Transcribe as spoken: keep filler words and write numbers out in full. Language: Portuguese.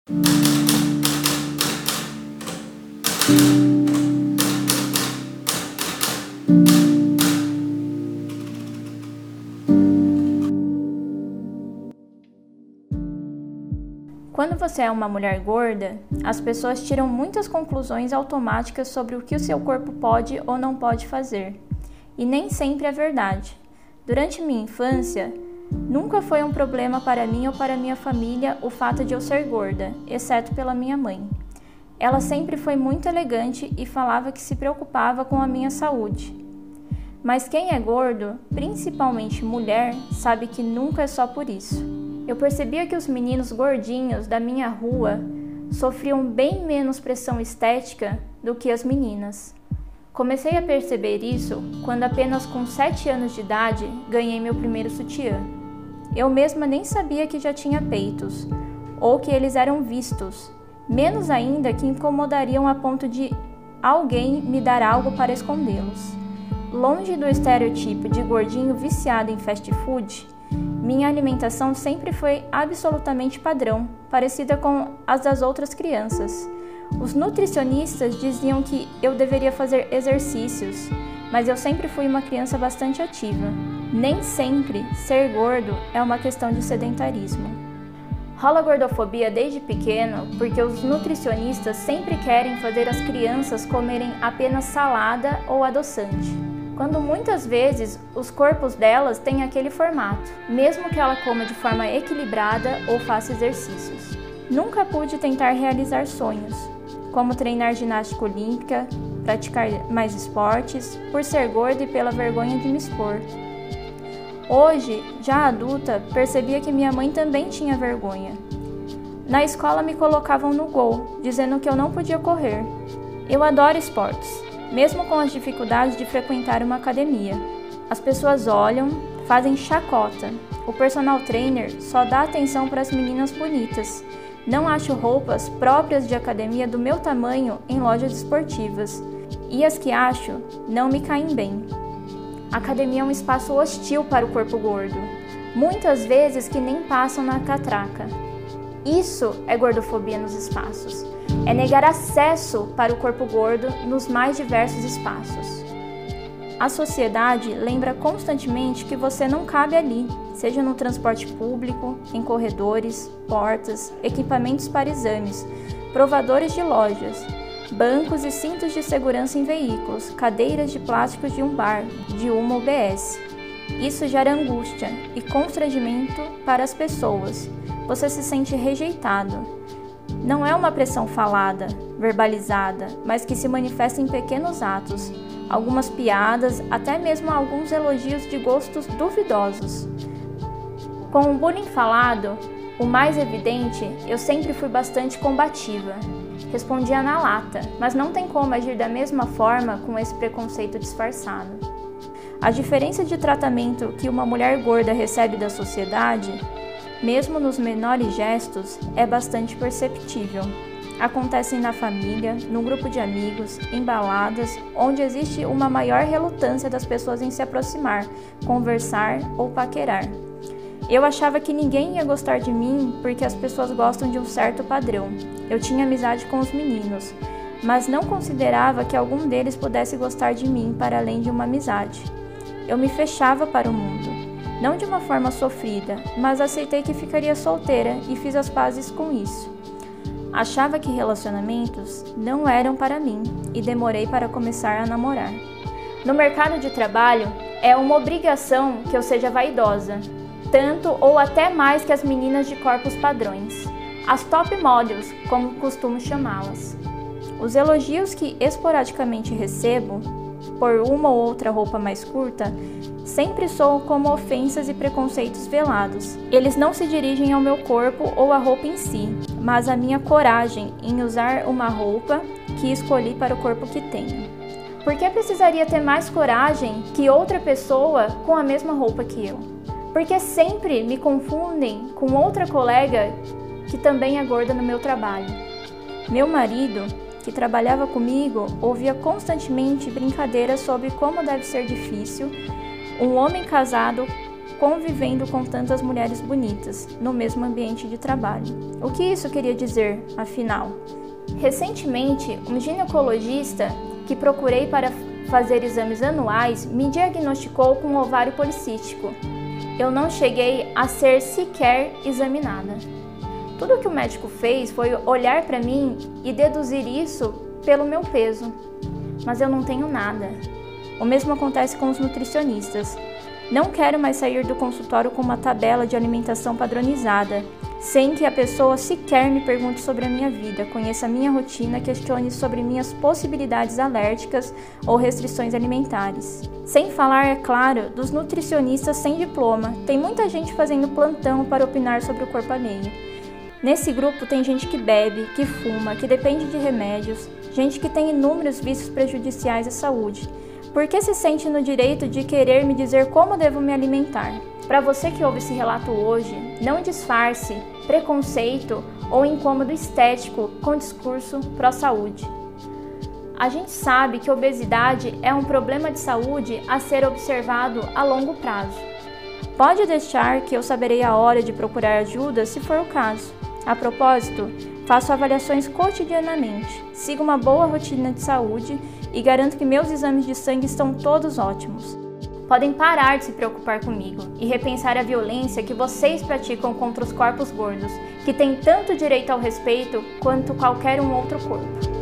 Quando você é uma mulher gorda, as pessoas tiram muitas conclusões automáticas sobre o que o seu corpo pode ou não pode fazer. E nem sempre é verdade. Durante minha infância, nunca foi um problema para mim ou para minha família o fato de eu ser gorda, exceto pela minha mãe. Ela sempre foi muito elegante e falava que se preocupava com a minha saúde. Mas quem é gordo, principalmente mulher, sabe que nunca é só por isso. Eu percebia que os meninos gordinhos da minha rua sofriam bem menos pressão estética do que as meninas. Comecei a perceber isso quando apenas com sete anos de idade ganhei meu primeiro sutiã. Eu mesma nem sabia que já tinha peitos, ou que eles eram vistos, menos ainda que incomodariam a ponto de alguém me dar algo para escondê-los. Longe do estereotipo de gordinho viciado em fast food, minha alimentação sempre foi absolutamente padrão, parecida com as das outras crianças. Os nutricionistas diziam que eu deveria fazer exercícios, mas eu sempre fui uma criança bastante ativa. Nem sempre ser gordo é uma questão de sedentarismo. Rola gordofobia desde pequeno porque os nutricionistas sempre querem fazer as crianças comerem apenas salada ou adoçante, quando muitas vezes os corpos delas têm aquele formato, mesmo que ela coma de forma equilibrada ou faça exercícios. Nunca pude tentar realizar sonhos, como treinar ginástica olímpica, praticar mais esportes, por ser gorda e pela vergonha de me expor. Hoje, já adulta, percebia que minha mãe também tinha vergonha. Na escola me colocavam no gol, dizendo que eu não podia correr. Eu adoro esportes, mesmo com as dificuldades de frequentar uma academia. As pessoas olham, fazem chacota. O personal trainer só dá atenção para as meninas bonitas. Não acho roupas próprias de academia do meu tamanho em lojas esportivas. E as que acho, não me caem bem. A academia é um espaço hostil para o corpo gordo. Muitas vezes que nem passam na catraca. Isso é gordofobia nos espaços. É negar acesso para o corpo gordo nos mais diversos espaços. A sociedade lembra constantemente que você não cabe ali, seja no transporte público, em corredores, portas, equipamentos para exames, provadores de lojas, bancos e cintos de segurança em veículos, cadeiras de plásticos de um bar, de uma U B S. Isso gera angústia e constrangimento para as pessoas. Você se sente rejeitado. Não é uma pressão falada, verbalizada, mas que se manifesta em pequenos atos, algumas piadas, até mesmo alguns elogios de gostos duvidosos. Com o bullying falado, o mais evidente, eu sempre fui bastante combativa. Respondia na lata, mas não tem como agir da mesma forma com esse preconceito disfarçado. A diferença de tratamento que uma mulher gorda recebe da sociedade, mesmo nos menores gestos, é bastante perceptível. Acontecem na família, no grupo de amigos, em baladas, onde existe uma maior relutância das pessoas em se aproximar, conversar ou paquerar. Eu achava que ninguém ia gostar de mim porque as pessoas gostam de um certo padrão. Eu tinha amizade com os meninos, mas não considerava que algum deles pudesse gostar de mim para além de uma amizade. Eu me fechava para o mundo. Não de uma forma sofrida, mas aceitei que ficaria solteira e fiz as pazes com isso. Achava que relacionamentos não eram para mim e demorei para começar a namorar. No mercado de trabalho, é uma obrigação que eu seja vaidosa, tanto ou até mais que as meninas de corpos padrões, as top models, como costumo chamá-las. Os elogios que esporadicamente recebo, por uma ou outra roupa mais curta, sempre soam como ofensas e preconceitos velados. Eles não se dirigem ao meu corpo ou à roupa em si, mas à minha coragem em usar uma roupa que escolhi para o corpo que tenho. Por que precisaria ter mais coragem que outra pessoa com a mesma roupa que eu? Porque sempre me confundem com outra colega que também é gorda no meu trabalho. Meu marido, que trabalhava comigo, ouvia constantemente brincadeiras sobre como deve ser difícil um homem casado convivendo com tantas mulheres bonitas no mesmo ambiente de trabalho. O que isso queria dizer, afinal? Recentemente, um ginecologista que procurei para fazer exames anuais me diagnosticou com um ovário policístico. Eu não cheguei a ser sequer examinada. Tudo o que o médico fez foi olhar para mim e deduzir isso pelo meu peso. Mas eu não tenho nada. O mesmo acontece com os nutricionistas. Não quero mais sair do consultório com uma tabela de alimentação padronizada, sem que a pessoa sequer me pergunte sobre a minha vida, conheça a minha rotina, questione sobre minhas possibilidades alérgicas ou restrições alimentares. Sem falar, é claro, dos nutricionistas sem diploma. Tem muita gente fazendo plantão para opinar sobre o corpo alheio. Nesse grupo tem gente que bebe, que fuma, que depende de remédios, gente que tem inúmeros vícios prejudiciais à saúde. Por que se sente no direito de querer me dizer como devo me alimentar? Para você que ouve esse relato hoje, não disfarce preconceito ou incômodo estético com discurso pró-saúde. A gente sabe que obesidade é um problema de saúde a ser observado a longo prazo. Pode deixar que eu saberei a hora de procurar ajuda se for o caso. A propósito, faço avaliações cotidianamente, sigo uma boa rotina de saúde e garanto que meus exames de sangue estão todos ótimos. Podem parar de se preocupar comigo e repensar a violência que vocês praticam contra os corpos gordos, que têm tanto direito ao respeito quanto qualquer um outro corpo.